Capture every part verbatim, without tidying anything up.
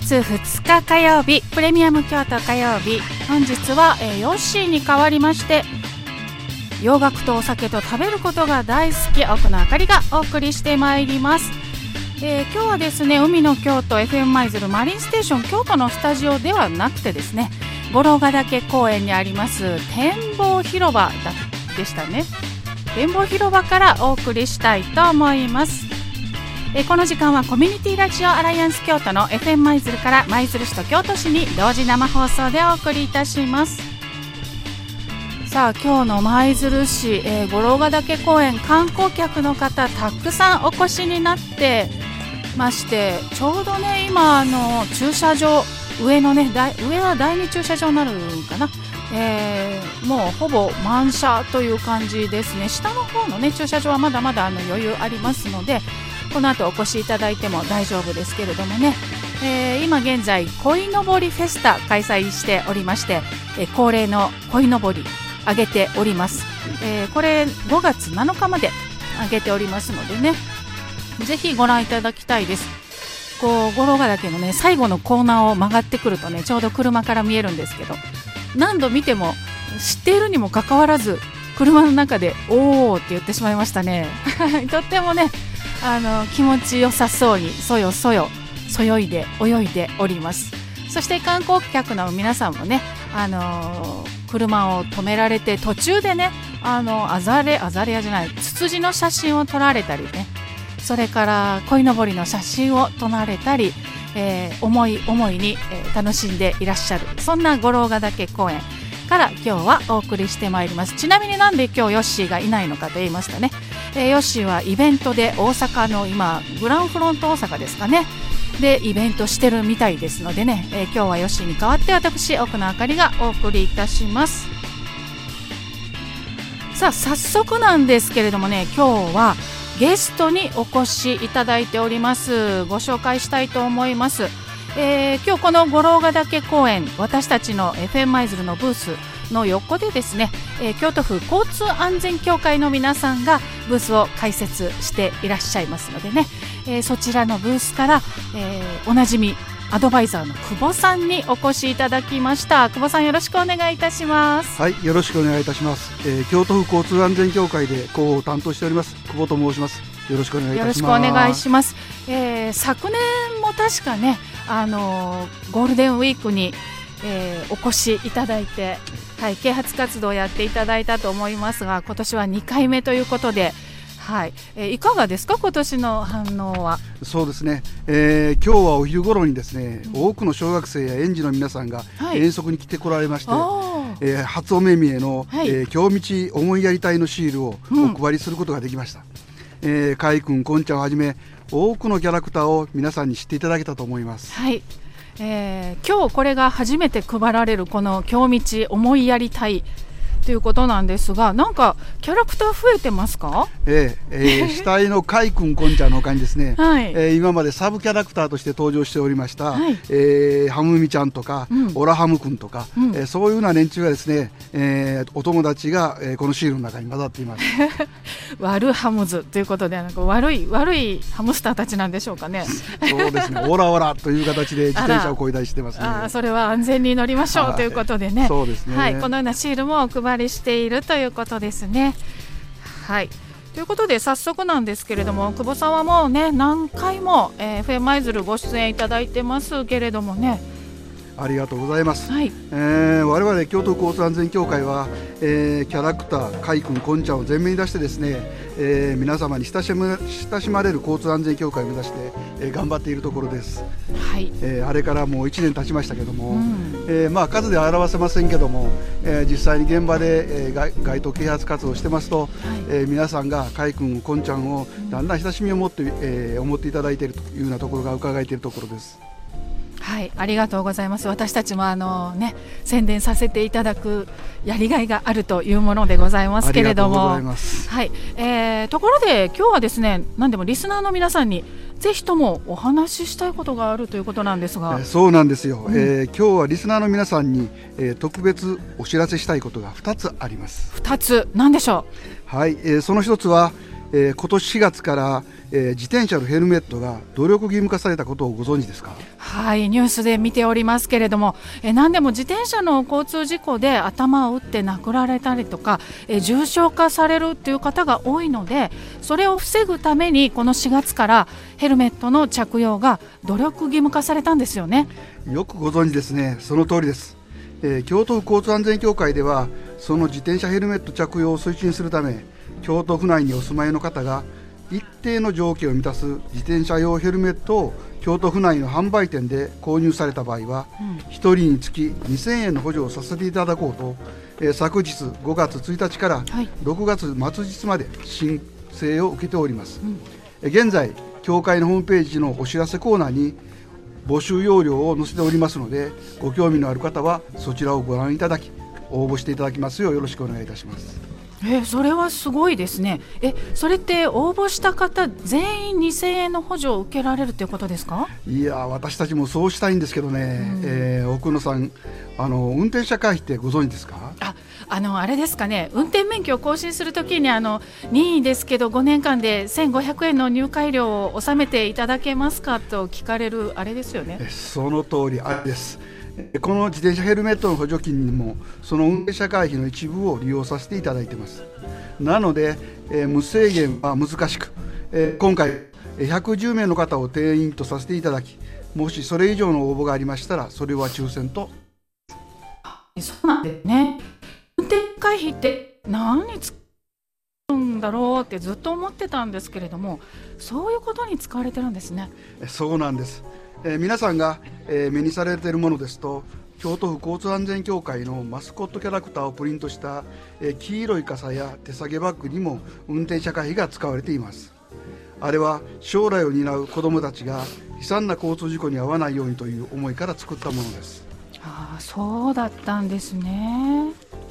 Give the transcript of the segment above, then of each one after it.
つふつか火曜日、プレミアム京都火曜日、本日は、えー、ヨッシーに代わりまして、洋楽とお酒と食べることが大好き奥野あかりがお送りしてまいります。えー、今日はですね、海の京都 エフエム 舞鶴マリンステーション京都のスタジオではなくてですね、五郎ヶ岳公園にあります展望広場だでしたね。展望広場からお送りしたいと思います。えー、この時間はコミュニティラジオアライアンス京都の エフエム 舞鶴から舞鶴市と京都市に同時生放送でお送りいたします。さあ、今日の舞鶴市、えー、五郎ヶ岳公園、観光客の方たくさんお越しになってまして、ちょうどね今あの駐車場上のね上はだいに駐車場になるかな、えー、もうほぼ満車という感じですね。下の方のね駐車場はまだまだあの余裕ありますので、この後お越しいただいても大丈夫ですけれどもね、えー、今現在鯉のぼりフェスタ開催しておりまして、えー、恒例の鯉のぼり上げております。えー、これごがつなのかまで上げておりますのでね、ぜひご覧いただきたいです。こう五郎ヶ岳のね最後のコーナーを曲がってくるとね、ちょうど車から見えるんですけど、何度見ても知っているにもかかわらず車の中でおーって言ってしまいましたねとってもねあの気持ちよさそうにそよそよそよいで泳いでおります。そして観光客の皆さんもね、あのー車を止められて途中でね、あのアザレアザレアじゃないツツジの写真を撮られたりね、それから鯉のぼりの写真を撮られたり、えー、思い思いに、えー、楽しんでいらっしゃる、そんな五郎ヶ岳公園から今日はお送りしてまいります。ちなみになんで今日ヨッシーがいないのかと言いますとね、えー、ヨッシーはイベントで大阪の今グランフロント大阪ですかねでイベントしてるみたいですのでね、えー、今日はヨッシーに代わって私奥野あかりがお送りいたします。さあ早速なんですけれどもね、今日はゲストにお越しいただいております。ご紹介したいと思います。えー、今日この五郎ヶ岳公園、私たちの エフエム 舞鶴のブースの横でですね、えー、京都府交通安全協会の皆さんがブースを開設していらっしゃいますのでね、えー、そちらのブースから、えー、おなじみアドバイザーの久保さんにお越しいただきました。久保さん、よろしくお願いいたします。 はい、よろしくお願いいたします。えー、京都府交通安全協会で広報を担当しております久保と申します。よろしくお願いいたします。 よろしくお願いします。えー、昨年も確かね、あのー、ゴールデンウィークに、えー、お越しいただいて、はい、啓発活動をやっていただいたと思いますが、今年はにかいめということで、はい、えー、いかがですか今年の反応は。 そうですね、えー、今日はお昼頃にですね、うん、多くの小学生や園児の皆さんが遠足に来てこられまして、はい、えー、初お目見えの、はい、えー、京道思いやり隊のシールをお配りすることができました。うん、えー、海君こんちゃんをはじめ多くのキャラクターを皆さんに知っていただけたと思います。 はい、えー、今日これが初めて配られるこの京道思いやり隊ということなんですが、なんかキャラクター増えてますか？ えーえー、死体の海君こんちゃんの他にですね、はい、えー、今までサブキャラクターとして登場しておりました、はい、えー、ハムミちゃんとか、うん、オラハム君とか、うん、えー、そういうような連中がですね、えー、お友達が、えー、このシールの中に混ざっています悪ハムズということで、なんか悪い悪いハムスターたちなんでしょうかね。 そうですね、オラオラという形で自転車をこいだりしてますね。 あ、それは安全に乗りましょうということでね、はい、 そうですね、 はい、このようなシールもお配りしているということですね。はい、ということで早速なんですけれども、久保さんはもうね何回も、えー、エフエム 舞鶴ご出演いただいてますけれどもね、 ありがとうございます。はい、えー、我々京都交通安全協会は、えー、キャラクター海君こんちゃんを前面に出してですね、えー、皆様に親しま、親しまれる交通安全協会を目指して、えー、頑張っているところです。はい、えー、あれからもういちねん経ちましたけども、うん、えーまあ、数では表せませんけども、えー、実際に現場で、えー、街, 街頭啓発活動をしてますと、はい、えー、皆さんが海君こんちゃんをだんだん親しみを持って、えー、思っていただいているというようなところが伺えているところです。 はい、ありがとうございます。私たちもあの、ね、宣伝させていただくやりがいがあるというものでございますけれども、 ありがとうございます。 はい、えー、ところで今日はですね、何でもリスナーの皆さんにぜひともお話ししたいことがあるということなんですが、 えー、そうなんですよ、うん、えー、今日はリスナーの皆さんに、えー、特別お知らせしたいことがふたつあります。 ふたつ、何でしょう？はい、えー、そのひとつはえー、今年しがつから、えー、自転車のヘルメットが努力義務化されたことをご存知ですか？ はい、ニュースで見ておりますけれども、えー、何でも自転車の交通事故で頭を打って亡くなられたりとか、えー、重傷化されるという方が多いので、それを防ぐためにこのしがつからヘルメットの着用が努力義務化されたんですよね。 よくご存知ですね。その通りです。えー、京都府交通安全協会ではその自転車ヘルメット着用を推進するため、京都府内にお住まいの方が一定の条件を満たす自転車用ヘルメットを京都府内の販売店で購入された場合は、うん、ひとりにつきにせんえんの補助をさせていただこうと、えー、昨日ごがつついたちからろくがつ末日まで申請を受けております、うん、えー、現在協会のホームページのお知らせコーナーに募集要領を載せておりますので、ご興味のある方はそちらをご覧いただき応募していただきますようよろしくお願いいたします。 えー、それはすごいですね。えそれって応募した方全員にせんえんの補助を受けられるということですか？ いや私たちもそうしたいんですけどね、うん、えー、奥野さん、あの運転者会費ってご存知ですか？ ああのあれですかね、運転免許を更新するときにあの任意ですけどごねんかんでせんごひゃくえんの入会料を納めていただけますかと聞かれるあれですよね。 その通りあれです。この自転車ヘルメットの補助金にもその運転者会費の一部を利用させていただいています。なので、えー、無制限は難しく、えー、今回ひゃくじゅうめいの方を定員とさせていただき、もしそれ以上の応募がありましたらそれは抽選と。 そうなんですね。運転会費って何に使うんだろうってずっと思ってたんですけれども、そういうことに使われてるんですね。 そうなんです。えー、皆さんが、えー、目にされているものですと、京都府交通安全協会のマスコットキャラクターをプリントした、えー、黄色い傘や手提げバッグにも運転者会費が使われています。あれは将来を担う子どもたちが悲惨な交通事故に遭わないようにという思いから作ったものです。 ああ、そうだったんですね。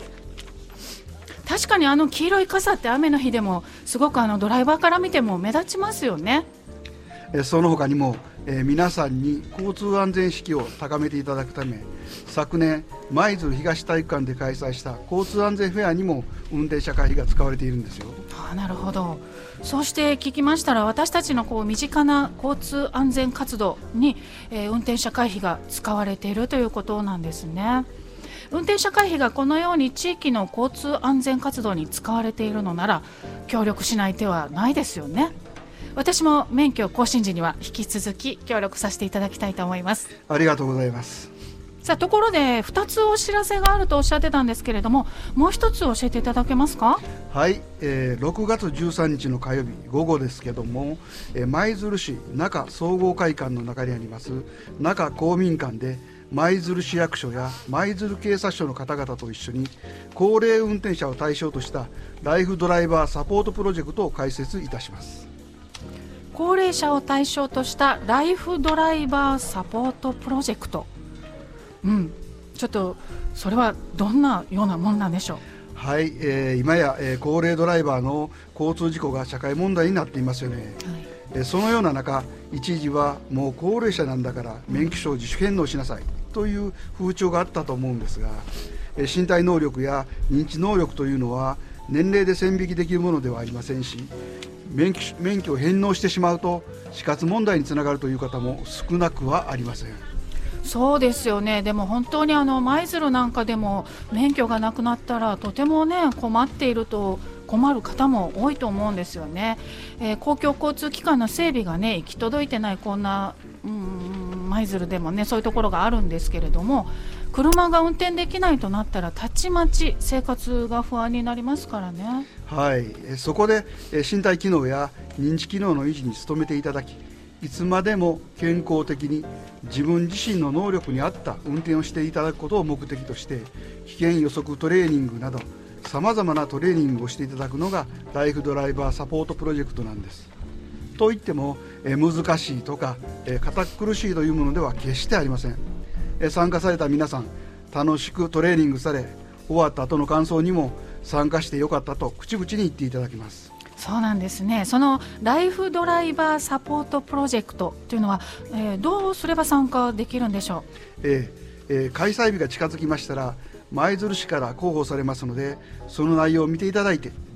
確かにあの黄色い傘って雨の日でもすごくあのドライバーから見ても目立ちますよね。 えー、その他にもえー、皆さんに交通安全意識を高めていただくため、昨年舞鶴東体育館で開催した交通安全フェアにも運転者会費が使われているんですよ。 ああ、なるほど。そうして聞きましたら、私たちのこう身近な交通安全活動に、えー、運転者会費が使われているということなんですね。運転者会費がこのように地域の交通安全活動に使われているのなら協力しない手はないですよね。私も免許更新時には引き続き協力させていただきたいと思います。 ありがとうございます。 さあ、ところでふたつお知らせがあるとおっしゃってたんですけれども、もう一つ教えていただけますか？ はい、えー、ろくがつじゅうさんにちの火曜日午後ですけども、えー、舞鶴市中総合会館の中にあります中公民館で舞鶴市役所や舞鶴警察署の方々と一緒に高齢運転者を対象としたライフドライバーサポートプロジェクトを開設いたします。 高齢者を対象としたライフドライバーサポートプロジェクト、うん、ちょっとそれはどんなようなものなんでしょう？ はい、えー、今や、えー、高齢ドライバーの交通事故が社会問題になっていますよね、はい。えー、そのような中、一時はもう高齢者なんだから免許証を自主返納しなさいという風潮があったと思うんですが、えー、身体能力や認知能力というのは年齢で線引きできるものではありませんし、免許、免許を返納してしまうと死活問題につながるという方も少なくはありません。 そうですよね。でも本当にあの舞鶴なんかでも免許がなくなったらとてもね困っていると困る方も多いと思うんですよね。えー、公共交通機関の整備がね行き届いてないこんなうん舞鶴でもねそういうところがあるんですけれども、車が運転できないとなったらたちまち生活が不安になりますからね。 はい、そこで身体機能や認知機能の維持に努めていただき、いつまでも健康的に自分自身の能力に合った運転をしていただくことを目的として危険予測トレーニングなどさまざまなトレーニングをしていただくのがライフドライバーサポートプロジェクトなんです。といってもえ難しいとかえ堅苦しいというものでは決してありません。え参加された皆さん楽しくトレーニングされ、終わった後の感想にも参加してよかったと口々に言っていただきます。 そうなんですね。そのライフドライバーサポートプロジェクトというのは、えー、どうすれば参加できるんでしょう？ えーえー、開催日が近づきましたら舞鶴市から広報されますので、その内容を見ていただいて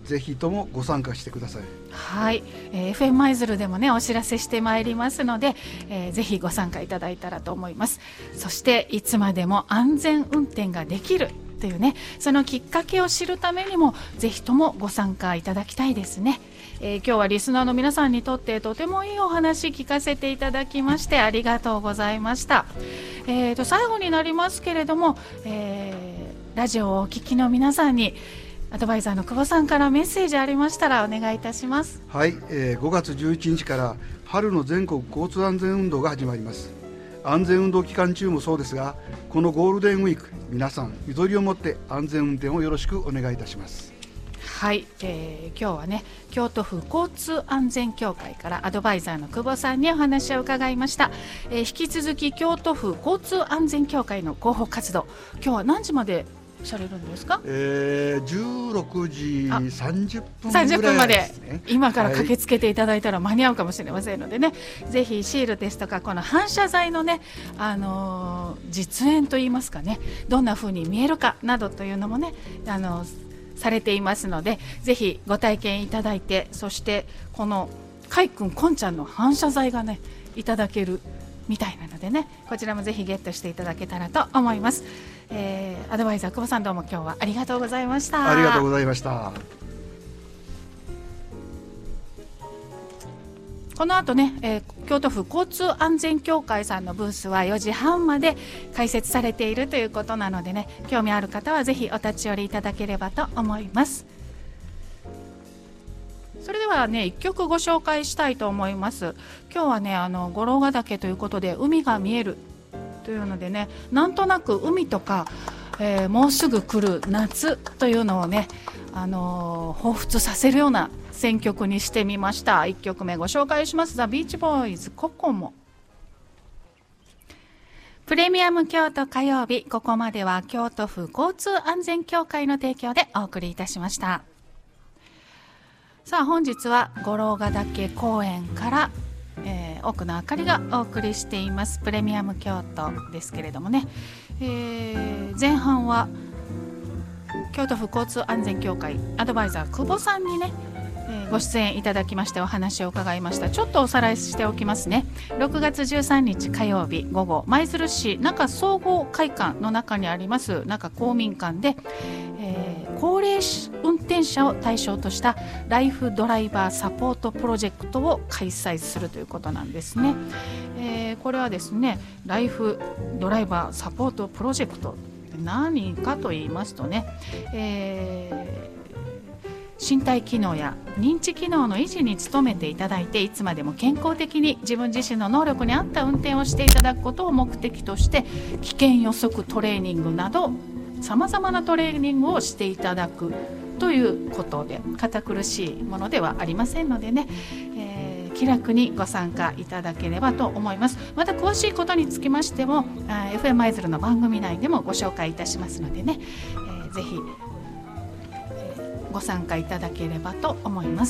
ぜひともご参加してください。 はい、えー、エフエム 舞鶴でもねお知らせしてまいりますので、えー、ぜひご参加いただいたらと思います。そしていつまでも安全運転ができるというね、そのきっかけを知るためにもぜひともご参加いただきたいですね。えー、今日はリスナーの皆さんにとってとてもいいお話聞かせていただきましてありがとうございました。えー、と最後になりますけれども、えー、ラジオをお聞きの皆さんにアドバイザーの久保さんからメッセージありましたらお願いいたします。 はい、えー、ごがつじゅういちにちから春の全国交通安全運動が始まります。安全運動期間中もそうですが、このゴールデンウィーク皆さんゆとりを持って安全運転をよろしくお願いいたします。 はい、えー、今日はね京都府交通安全協会からアドバイザーの久保さんにお話を伺いました。えー、引き続き京都府交通安全協会の広報活動、今日は何時までされるんですか？ えー、じゅうろくじさんじゅっぷんぐらいですね。さんじゅっぷんまで今から駆けつけていただいたら間に合うかもしれませんのでね、はい、ぜひシールですとかこの反射材のね、あのー、実演といいますかね、どんな風に見えるかなどというのもね、あのー、されていますのでぜひご体験いただいて、そしてこのかいくんこんちゃんの反射材がねいただけるみたいなのでね、こちらもぜひゲットしていただけたらと思います。えー、アドバイザー久保さんどうも今日はありがとうございました。 ありがとうございました。 この後ね、えー、京都府交通安全協会さんのブースはよじはんまで開設されているということなのでね、興味ある方はぜひお立ち寄りいただければと思います。それではねいっきょくご紹介したいと思います。今日はねあの五郎ヶ岳ということで海が見えるというのでね、なんとなく海とか、えー、もうすぐ来る夏というのをね、あのー、彷彿させるような選曲にしてみました。いっきょくめご紹介します。ザ・ビーチボーイズココモ。プレミアム京都火曜日、ここまでは京都府交通安全協会の提供でお送りいたしました。さあ本日は五郎ヶ岳公園からえー、奥野あかりがお送りしていますプレミアム京都ですけれどもね、えー、前半は京都府交通安全協会アドバイザー久保さんにね、えー、ご出演いただきましてお話を伺いました。ちょっとおさらいしておきますね。ろくがつじゅうさんにち火曜日午後、舞鶴市中総合会館の中にあります中公民館で、えー、高齢運転者を対象としたライフドライバーサポートプロジェクトを開催するということなんですね。えー、これはですねライフドライバーサポートプロジェクト何かと言いますとね、えー、身体機能や認知機能の維持に努めていただいて、いつまでも健康的に自分自身の能力に合った運転をしていただくことを目的として危険予測トレーニングなどさまざまなトレーニングをしていただくということで、堅苦しいものではありませんのでね、えー、気楽にご参加いただければと思います。また詳しいことにつきましても エフエム 舞鶴の番組内でもご紹介いたしますのでね、えー、ぜひ、えー、ご参加いただければと思います。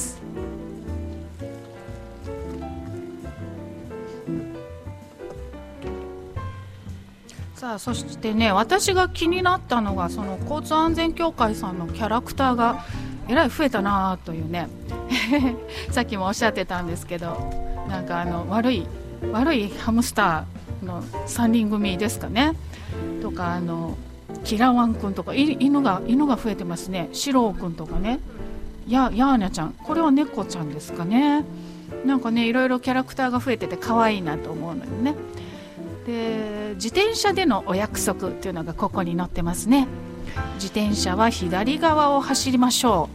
さあそしてね、私が気になったのがその交通安全協会さんのキャラクターがえらい増えたなというねさっきもおっしゃってたんですけど、なんかあの悪い悪いハムスターのさんにん組ですかねとか、あのキラワンくんとか犬が犬が増えてますね。シローくんとかね、やヤーニャちゃん、これは猫ちゃんですかね。なんかねいろいろキャラクターが増えてて可愛いなと思うのよね。で自転車でのお約束っていうのがここに載ってますね。自転車は左側を走りましょ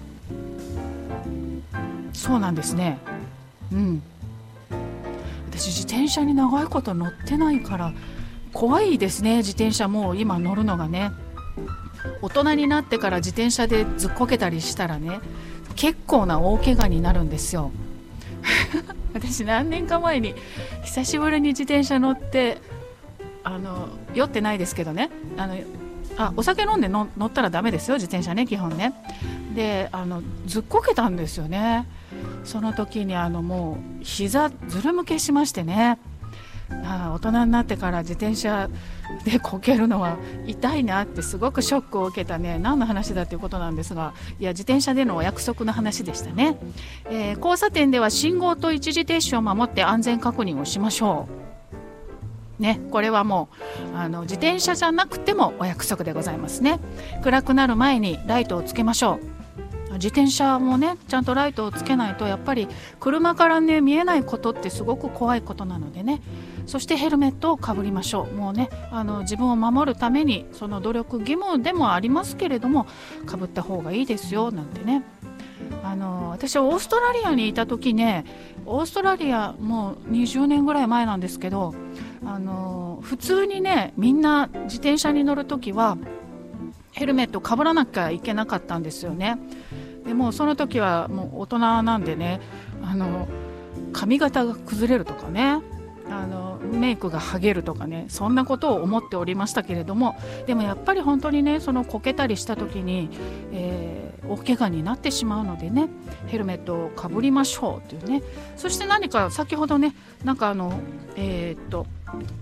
う。そうなんですね。うん。私自転車に長いこと乗ってないから怖いですね。自転車もう今乗るのがね。大人になってから自転車でずっこけたりしたらね、結構な大怪我になるんですよ私何年か前に久しぶりに自転車乗って、あの酔ってないですけどね、あのあお酒飲んでの乗ったらダメですよ自転車ね、基本ね。であのずっこけたんですよね。その時にあのもう膝ずるむけしましてね、 あ大人になってから自転車でこけるのは痛いなってすごくショックを受けたね、何の話だということなんですが、いや自転車でのお約束の話でしたね。えー、交差点では信号と一時停止を守って安全確認をしましょうね。これはもうあの自転車じゃなくてもお約束でございますね。暗くなる前にライトをつけましょう。自転車もねちゃんとライトをつけないとやっぱり車からね見えないことってすごく怖いことなのでね、そしてヘルメットをかぶりましょう。もうねあの自分を守るためにその努力義務でもありますけれどもかぶった方がいいですよなんてね。あの私はオーストラリアにいた時ね、オーストラリアもうにじゅうねんぐらい前なんですけど、あの普通にねみんな自転車に乗る時はヘルメットかぶらなきゃいけなかったんですよね。でもその時はもう大人なんでね、あの髪型が崩れるとかね、あのメイクが剥げるとかね、そんなことを思っておりましたけれども、でもやっぱり本当にねそのこけたりした時に、えー、大怪我になってしまうのでね、ヘルメットをかぶりましょうというね。そして何か先ほどねなんかあのえー、っと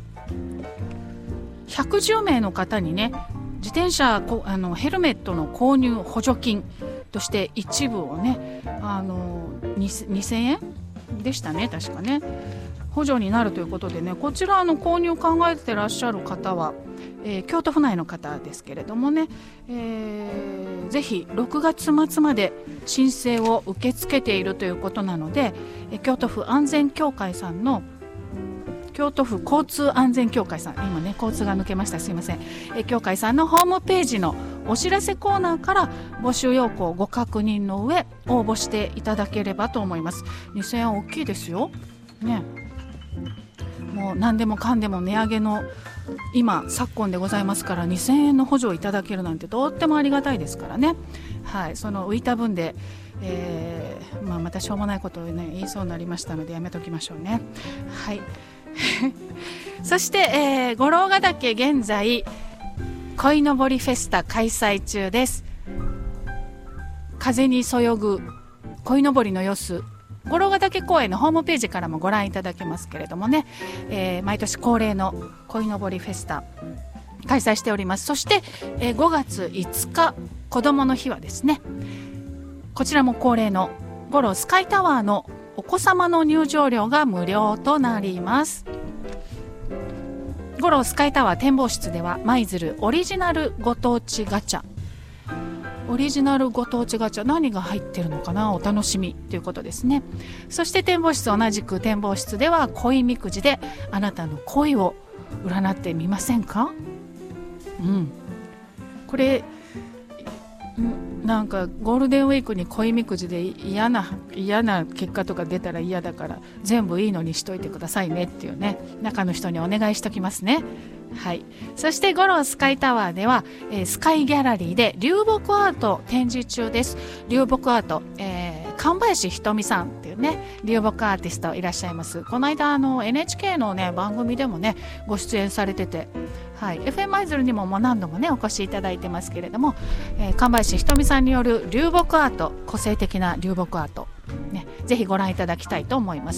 ひゃくじゅうめいの方にね自転車あのヘルメットの購入補助金として一部をねあのにせんえんでしたね確かね、補助になるということでね、こちらの購入を考えてらっしゃる方は、えー、京都府内の方ですけれどもね、えー、ぜひろくがつ末まで申請を受け付けているということなので、えー、京都府安全協会さんの京都府交通安全協会さん、今ね交通が抜けました、すいません、え協会さんのホームページのお知らせコーナーから募集要項をご確認の上応募していただければと思います。にせんえん大きいですよね。もう何でもかんでも値上げの今昨今でございますから、にせんえんの補助をいただけるなんてとってもありがたいですからね。はい、その浮いた分で、えーまあ、またしょうもないことを、ね、言いそうになりましたのでやめときましょうね。はいそして、えー、五郎ヶ岳現在鯉のぼりフェスタ開催中です。風にそよぐ鯉のぼりの様子、五郎ヶ岳公園のホームページからもご覧いただけますけれどもね、えー、毎年恒例の鯉のぼりフェスタ開催しております。そして、えー、ごがついつか子どもの日はですね、こちらも恒例の五郎スカイタワーのお子様の入場料が無料となります。五郎スカイタワー展望室では舞鶴オリジナルご当地ガチャ、オリジナルご当地ガチャ何が入ってるのかな、お楽しみということですね。そして展望室、同じく展望室では恋みくじであなたの恋を占ってみませんか。うん、これなんかゴールデンウィークに恋みくじで嫌な嫌な結果とか出たら嫌だから全部いいのにしといてくださいねっていうね、中の人にお願いしときますね。はい、そして五郎スカイタワーでは、えー、スカイギャラリーで流木アート展示中です。流木アート、えー、神林ひとみさんっていうね流木アーティストいらっしゃいます。この間あの エヌエイチケー のね番組でもねご出演されてて、はい、エフエム 舞鶴にももう何度もねお越しいただいてますけれども、えー、神林ひとみさんによる流木アート、個性的な流木アート、ね、ぜひご覧いただきたいと思います。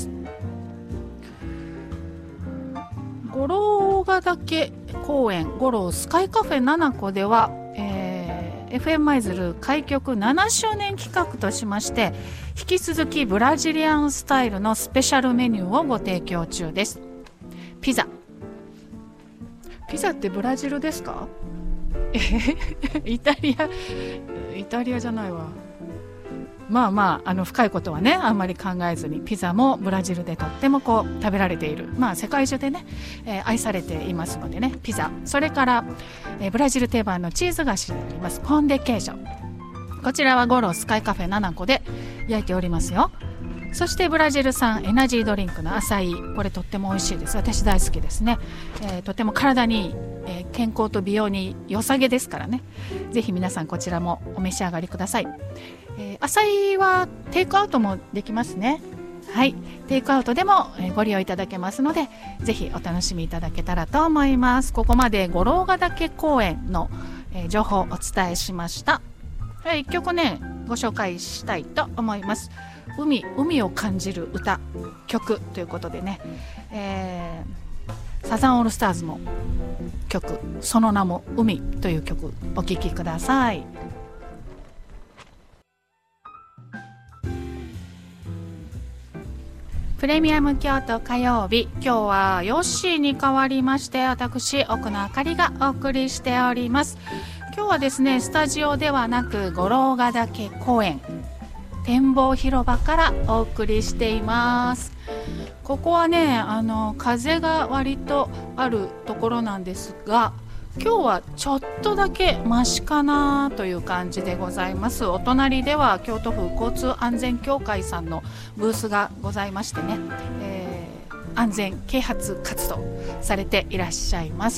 五郎ヶ岳公園五郎スカイカフェななこでは、えー、エフエム 舞鶴開局ななしゅうねん企画としまして引き続きブラジリアンスタイルのスペシャルメニューをご提供中です。ピザピザってブラジルですか？イタリアイタリアじゃないわ。まあまあ、あの深いことはねあんまり考えずに、ピザもブラジルでとってもこう食べられている、まあ世界中でね、えー、愛されていますのでね、ピザ、それから、えー、ブラジル定番のチーズ菓子になりますポンデケージョ、こちらはゴロスカイカフェななこで焼いておりますよ。そしてブラジル産エナジードリンクのアサイ、これとっても美味しいです。私大好きですね、えー、とても体にいい、えー、健康と美容に良さげですからね、ぜひ皆さんこちらもお召し上がりください。えー、アサイはテイクアウトもできますね。はい、テイクアウトでもご利用いただけますので、ぜひお楽しみいただけたらと思います。ここまで五郎ヶ岳公園の、えー、情報をお伝えしました。いっきょくねご紹介したいと思います。海、海を感じる歌曲ということでね、えーサザンオールスターズの曲、その名も海という曲、お聴きください。プレミアム京都火曜日、今日はヨッシーに代わりまして私奥野あかりがお送りしております。今日はですね、スタジオではなく五郎ヶ岳公園展望広場からお送りしています。ここはね、あの風が割とあるところなんですが、今日はちょっとだけマシかなという感じでございます。お隣では京都府交通安全協会さんのブースがございましてね、えー、安全啓発活動されていらっしゃいます。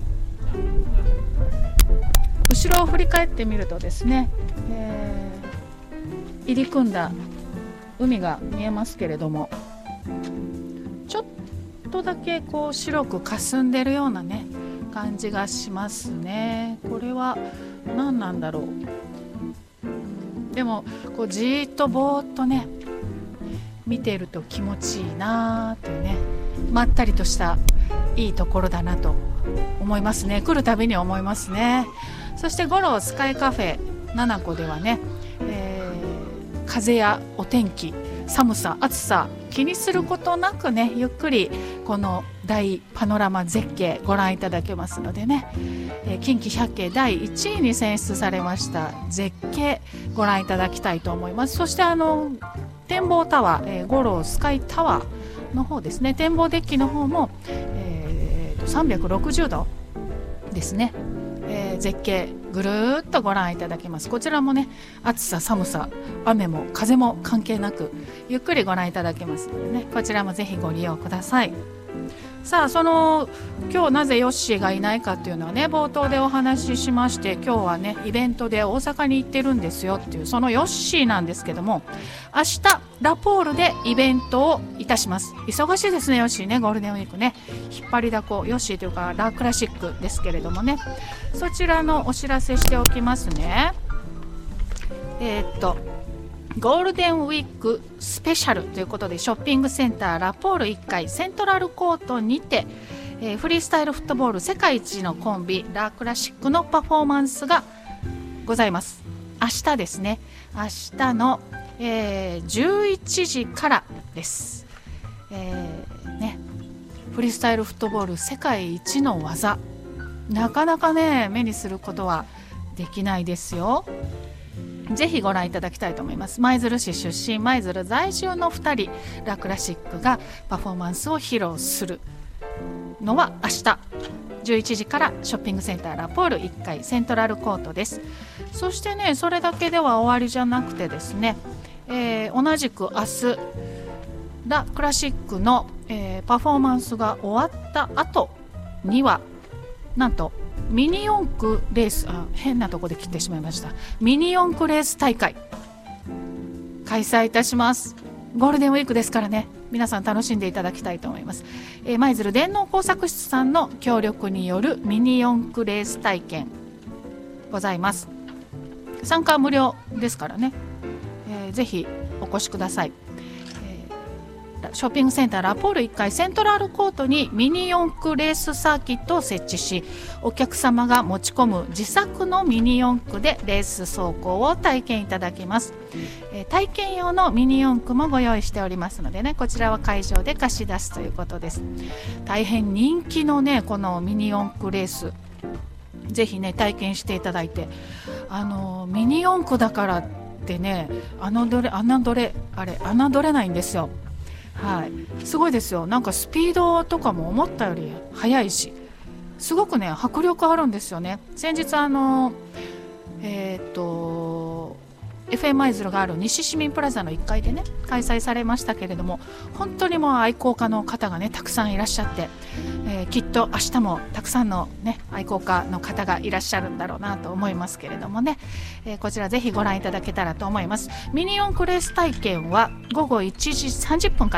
後ろを振り返ってみるとですね、えー、入り組んだ海が見えますけれども、ちょっとだけこう白く霞んでるようなね感じがしますね。これは何なんだろう。でもこうじーっとぼーっとね見ていると気持ちいいなーっていうね、まったりとしたいいところだなと思いますね。来るたびに思いますね。そして五郎スカイカフェななこではね、えー、風やお天気、寒さ、暑さ気にすることなくね、ゆっくりこの大パノラマ絶景ご覧いただけますのでね、えー、近畿百景だいいちいに選出されました絶景ご覧いただきたいと思います。そしてあの展望タワー、えー、五郎スカイタワーの方ですね、展望デッキの方も、えー、とさんびゃくろくじゅうどですね、えー、絶景ぐるーっとご覧いただけます。こちらもね、暑さ寒さ雨も風も関係なくゆっくりご覧いただけますのでね、こちらもぜひご利用ください。さあ、その今日なぜヨッシーがいないかっていうのはね、冒頭でお話ししまして、今日はねイベントで大阪に行ってるんですよっていうそのヨッシーなんですけども、明日ラポールでイベントをいたします。忙しいですねヨッシーね、ゴールデンウィークね、引っ張りだこヨッシーというかラクラシックですけれどもね、そちらのお知らせしておきますね。えー、っとゴールデンウィークスペシャルということで、ショッピングセンターラポールいっかいセントラルコートにて、えー、フリースタイルフットボール世界一のコンビラクラシックのパフォーマンスがございます。明日ですね、明日の、えー、じゅういちじからです、えーね、フリースタイルフットボール世界一の技、なかなかね目にすることはできないですよ。ぜひご覧いただきたいと思います。舞鶴市出身、舞鶴在住のふたりラクラシックがパフォーマンスを披露するのは明日じゅういちじからショッピングセンターラポールいっかいセントラルコートです。そしてね、それだけでは終わりじゃなくてですね、えー、同じく明日ラクラシックの、えー、パフォーマンスが終わった後にはなんとミニ四駆レース、あ、変なとこで切ってしまいました。ミニ四駆レース大会開催いたします。ゴールデンウィークですからね、皆さん楽しんでいただきたいと思います。えー、舞鶴電脳工作室さんの協力によるミニ四駆レース体験ございます。参加無料ですからね、えー、ぜひお越しください。ショッピングセンターラポールいっかいセントラルコートにミニ四駆レースサーキットを設置し、お客様が持ち込む自作のミニ四駆でレース走行を体験いただけます。えー、体験用のミニ四駆もご用意しておりますのでね、こちらは会場で貸し出すということです。大変人気のねこのミニ四駆レース、ぜひね体験していただいて、あのミニ四駆だからってね侮れ侮れあれ侮れないんですよ。はい、すごいですよ。なんかスピードとかも思ったより速いし、すごくね迫力あるんですよね。先日あのえー、っと エフエム 舞鶴がある西市民プラザのいっかいでね開催されましたけれども、本当にもう愛好家の方がねたくさんいらっしゃって、えー、きっと明日もたくさんのね愛好家の方がいらっしゃるんだろうなと思いますけれどもね、えー、こちらぜひご覧いただけたらと思います。ミニ四駆レース体験はごごいちじさんじゅっぷんから。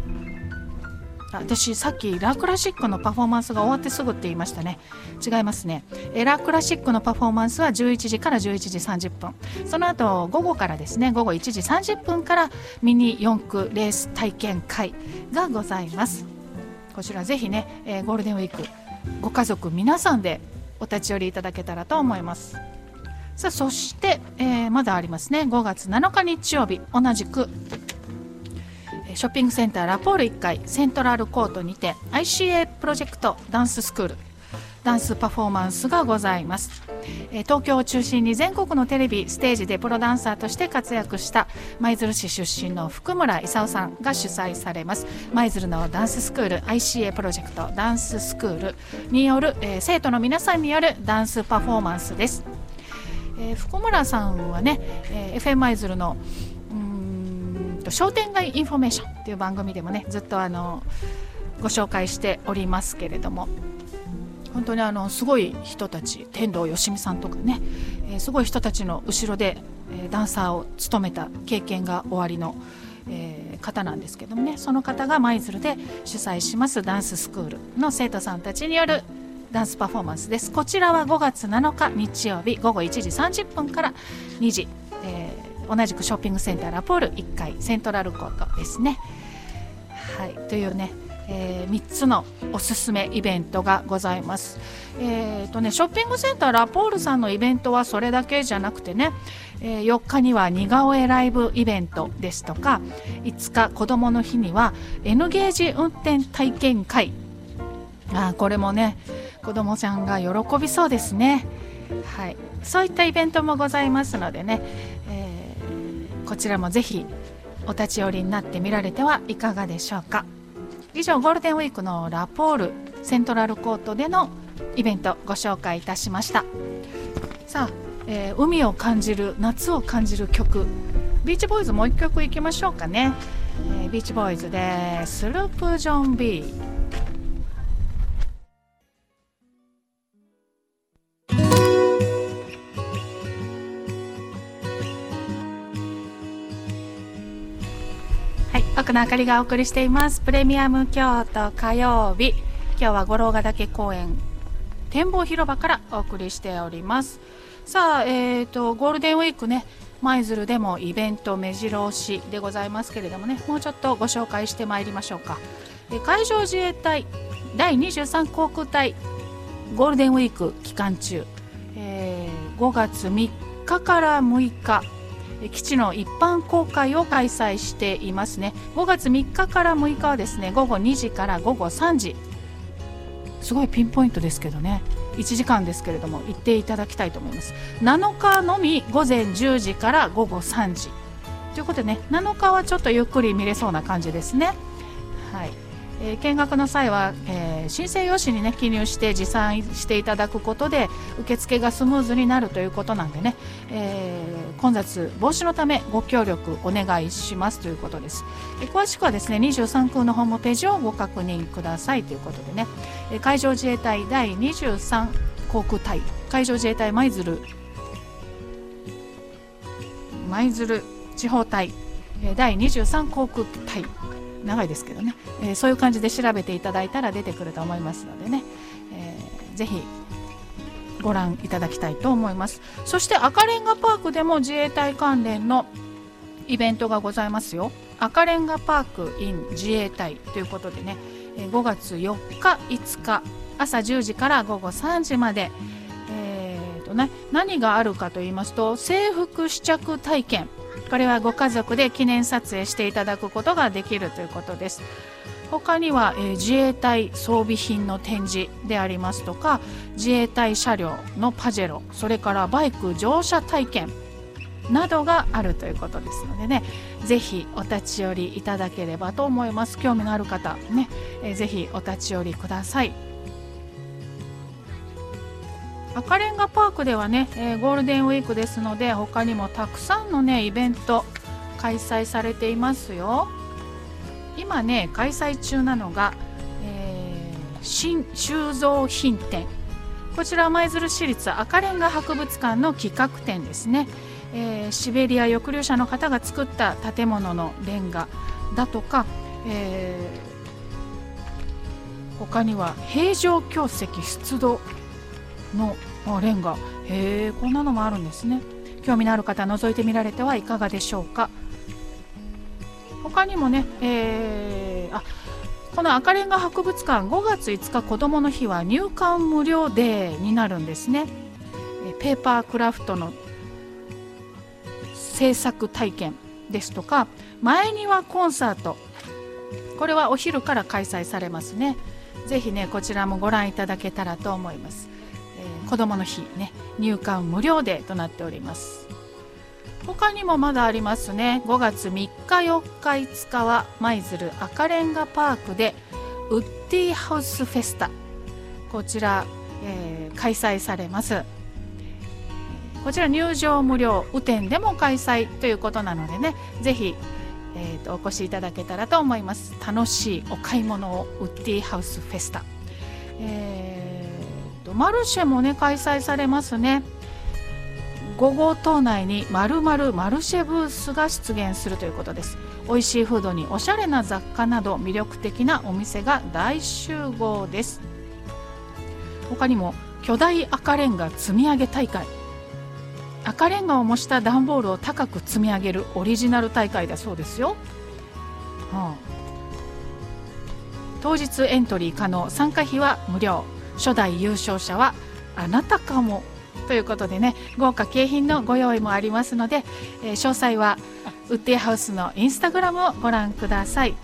私さっきラクラシックのパフォーマンスが終わってすぐって言いましたね。違いますね。えラクラシックのパフォーマンスはじゅういちじからじゅういちじさんじゅっぷん、その後午後からですね、ごごいちじさんじゅっぷんからミニ四駆レース体験会がございます。 こちらぜひね、えー、ゴールデンウィークご家族皆さんでお立ち寄りいただけたらと思います。さあそして、えー、まだありますね。ごがつなのか日曜日、同じくショッピングセンターラポールいっかいセントラルコートにて アイシーエー プロジェクトダンススクールダンスパフォーマンスがございます。東京を中心に全国のテレビステージでプロダンサーとして活躍した舞鶴市出身の福村勲さんが主催されます舞鶴のダンススクール アイシーエー プロジェクトダンススクールによる、えー、生徒の皆さんによるダンスパフォーマンスです。えー、福村さんはね、えー、エフエム 舞鶴のうーんと商店街インフォメーションという番組でもねずっとあのご紹介しておりますけれども、本当にあのすごい人たち、天童よしみさんとかね、えー、すごい人たちの後ろで、えー、ダンサーを務めた経験がおありの、えー、方なんですけどもね、その方が舞鶴で主催しますダンススクールの生徒さんたちによるダンスパフォーマンスです。こちらはごがつなのか日曜日ごごいちじさんじゅっぷんからにじ、えー、同じくショッピングセンターラポールいっかいセントラルコートですね。はい、というね、えー、みっつのおすすめイベントがございます。えーとね、ショッピングセンターラポールさんのイベントはそれだけじゃなくてね、えー、よっかには似顔絵ライブイベントですとか、いつか子どもの日には N ゲージ運転体験会、あこれもね子どもさんが喜びそうですね。はい、そういったイベントもございますのでね、えー、こちらもぜひお立ち寄りになってみられてはいかがでしょうか。以上、ゴールデンウィークのラポールセントラルコートでのイベントご紹介いたしました。さあ、えー、海を感じる夏を感じる曲、ビーチボーイズもう一曲いきましょうかね。えー、ビーチボーイズでスループジョン B。奥野あかりがお送りしていますプレミアム京都火曜日。今日は五郎ヶ岳公園展望広場からお送りしております。さあ、えーとゴールデンウィークね、舞鶴でもイベント目白押しでございますけれどもね、もうちょっとご紹介してまいりましょうか。え海上自衛隊だいにじゅうさん航空隊ゴールデンウィーク期間中、えー、ごがつみっかからむいか基地の一般公開を開催していますね。ごがつみっかからむいかはですね、ごごにじからごごさんじ、すごいピンポイントですけどね、いちじかんですけれども行っていただきたいと思います。なのかのみごぜんじゅうじからごごさんじということでね、なのかはちょっとゆっくり見れそうな感じですね。はい、えー、見学の際は、えー、申請用紙にね記入して持参していただくことで受付がスムーズになるということなんでね、えー、混雑防止のためご協力お願いしますということです。えー、詳しくはですねにじゅうさん空のホームページをご確認くださいということでね、えー、海上自衛隊だいにじゅうさん航空隊海上自衛隊舞鶴舞鶴地方隊、えー、だいにじゅうさん航空隊長いですけどね、えー、そういう感じで調べていただいたら出てくると思いますのでね、えー、ぜひご覧いただきたいと思います。そして赤レンガパークでも自衛隊関連のイベントがございますよ。赤レンガパーク in 自衛隊ということでね、ごがつよっかいつか朝じゅうじからごごさんじまで、えーとね、何があるかと言いますと、制服試着体験、これはご家族で記念撮影していただくことができるということです。他には、えー、自衛隊装備品の展示でありますとか、自衛隊車両のパジェロ、それからバイク乗車体験などがあるということですのでね、ぜひお立ち寄りいただければと思います。興味のある方ね、えー、ぜひお立ち寄りください。赤レンガパークではね、えー、ゴールデンウィークですので他にもたくさんのねイベント開催されていますよ。今ね開催中なのが、えー、新収蔵品展、こちらは舞鶴市立赤レンガ博物館の企画展ですね。えー、シベリア抑留者の方が作った建物のレンガだとか、えー、他には平城京石出土のレンガ、へえ、こんなのもあるんですね。興味のある方覗いてみられてはいかがでしょうか。他にもね、えー、あこの赤レンガ博物館ごがついつか子どもの日は入館無料デーになるんですね。ペーパークラフトの制作体験ですとか前庭コンサート、これはお昼から開催されますね。ぜひねこちらもご覧いただけたらと思います。えー、子どもの日ね入館無料デーとなっております。他にもまだありますね。ごがつみっかよっかいつかは舞鶴赤レンガパークでウッディハウスフェスタ、こちら、えー、開催されます。こちら入場無料、雨天でも開催ということなのでね、ぜひ、えー、とお越しいただけたらと思います。楽しいお買い物をウッディハウスフェスタ、えー、とマルシェもね開催されますね。ご号棟内にまるまるマルシェブースが出現するということです。美味しいフードにおしゃれな雑貨など魅力的なお店が大集合です。他にも巨大赤レンガ積み上げ大会、赤レンガを模した段ボールを高く積み上げるオリジナル大会だそうですよ。はあ、当日エントリー可能、参加費は無料、初代優勝者はあなたかもということでね、豪華景品のご用意もありますので、えー、詳細はウッディハウスのインスタグラムをご覧ください。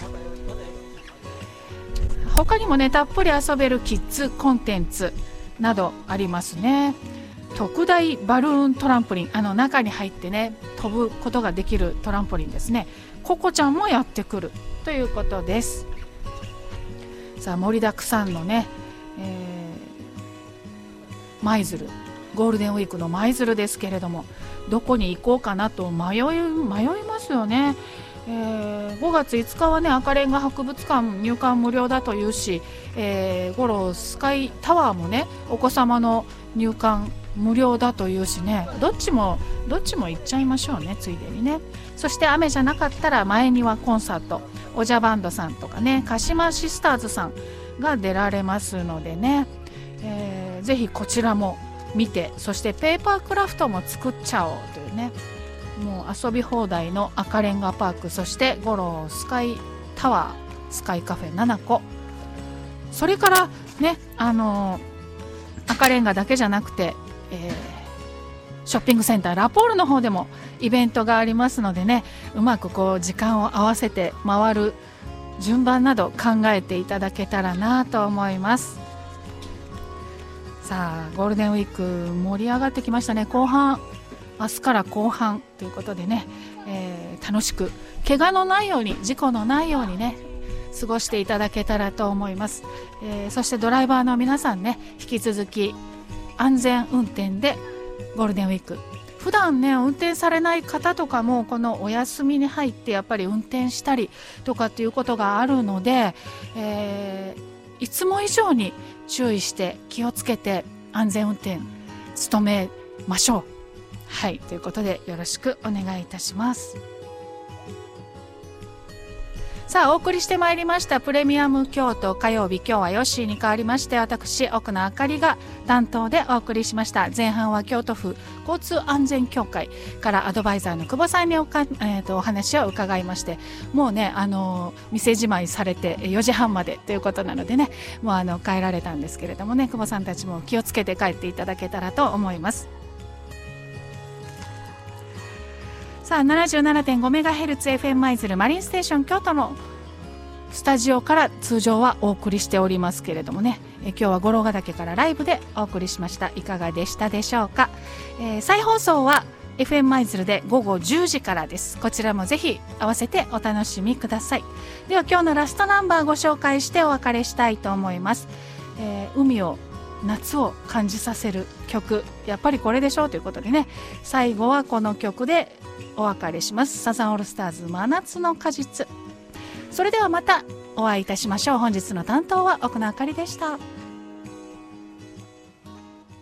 他にもねたっぷり遊べるキッズコンテンツなどありますね。特大バルーントランポリン、あの中に入ってね飛ぶことができるトランポリンですね。ココちゃんもやってくるということです。さあ盛りだくさんのね、え舞鶴ゴールデンウィークの舞鶴ですけれども、どこに行こうかなと迷い迷いますよね。えー、ごがついつかはね赤レンガ博物館入館無料だというし、えー、ゴロスカイタワーもねお子様の入館無料だというしね、どっちもどっちも行っちゃいましょうね、ついでにね。そして雨じゃなかったら前庭コンサート、おじゃバンドさんとかね鹿島シスターズさんが出られますのでね、えー、ぜひこちらも見て、そしてペーパークラフトも作っちゃおうというね、もう遊び放題の赤レンガパーク、そしてゴロスカイタワー、スカイカフェななこ、それからねあのー、赤レンガだけじゃなくて、えー、ショッピングセンターラポールの方でもイベントがありますのでね、うまくこう時間を合わせて回る順番など考えていただけたらなと思います。さあゴールデンウィーク盛り上がってきましたね。後半、明日から後半ということでね、えー、楽しく怪我のないように事故のないようにね過ごしていただけたらと思います。えー、そしてドライバーの皆さんね引き続き安全運転でゴールデンウィーク、普段ね運転されない方とかもこのお休みに入ってやっぱり運転したりとかっていうことがあるので、えー、いつも以上に注意して気をつけて安全運転努めましょう。はい、ということでよろしくお願いいたします。さあお送りしてまいりましたプレミアム京都火曜日、今日はヨッシーに代わりまして私奥野あかりが担当でお送りしました。前半は京都府交通安全協会からアドバイザーの久保さんに お, か、えー、とお話を伺いまして、もうねあの店じまいされてよじはんまでということなのでね、もうあの帰られたんですけれどもね、久保さんたちも気をつけて帰っていただけたらと思います。さあ ななじゅうななてんごメガヘルツエフエム 舞鶴マリンステーション京都のスタジオから通常はお送りしておりますけれどもね、え今日は五郎ヶ岳からライブでお送りしました。いかがでしたでしょうか。えー、再放送は エフエム 舞鶴でごごじゅうじからです。こちらもぜひ合わせてお楽しみください。では今日のラストナンバーご紹介してお別れしたいと思います。えー、海を夏を感じさせる曲、やっぱりこれでしょうということでね、最後はこの曲でお別れします。サザンオールスターズ真夏の果実。それではまたお会いいたしましょう。本日の担当は奥野あかりでした。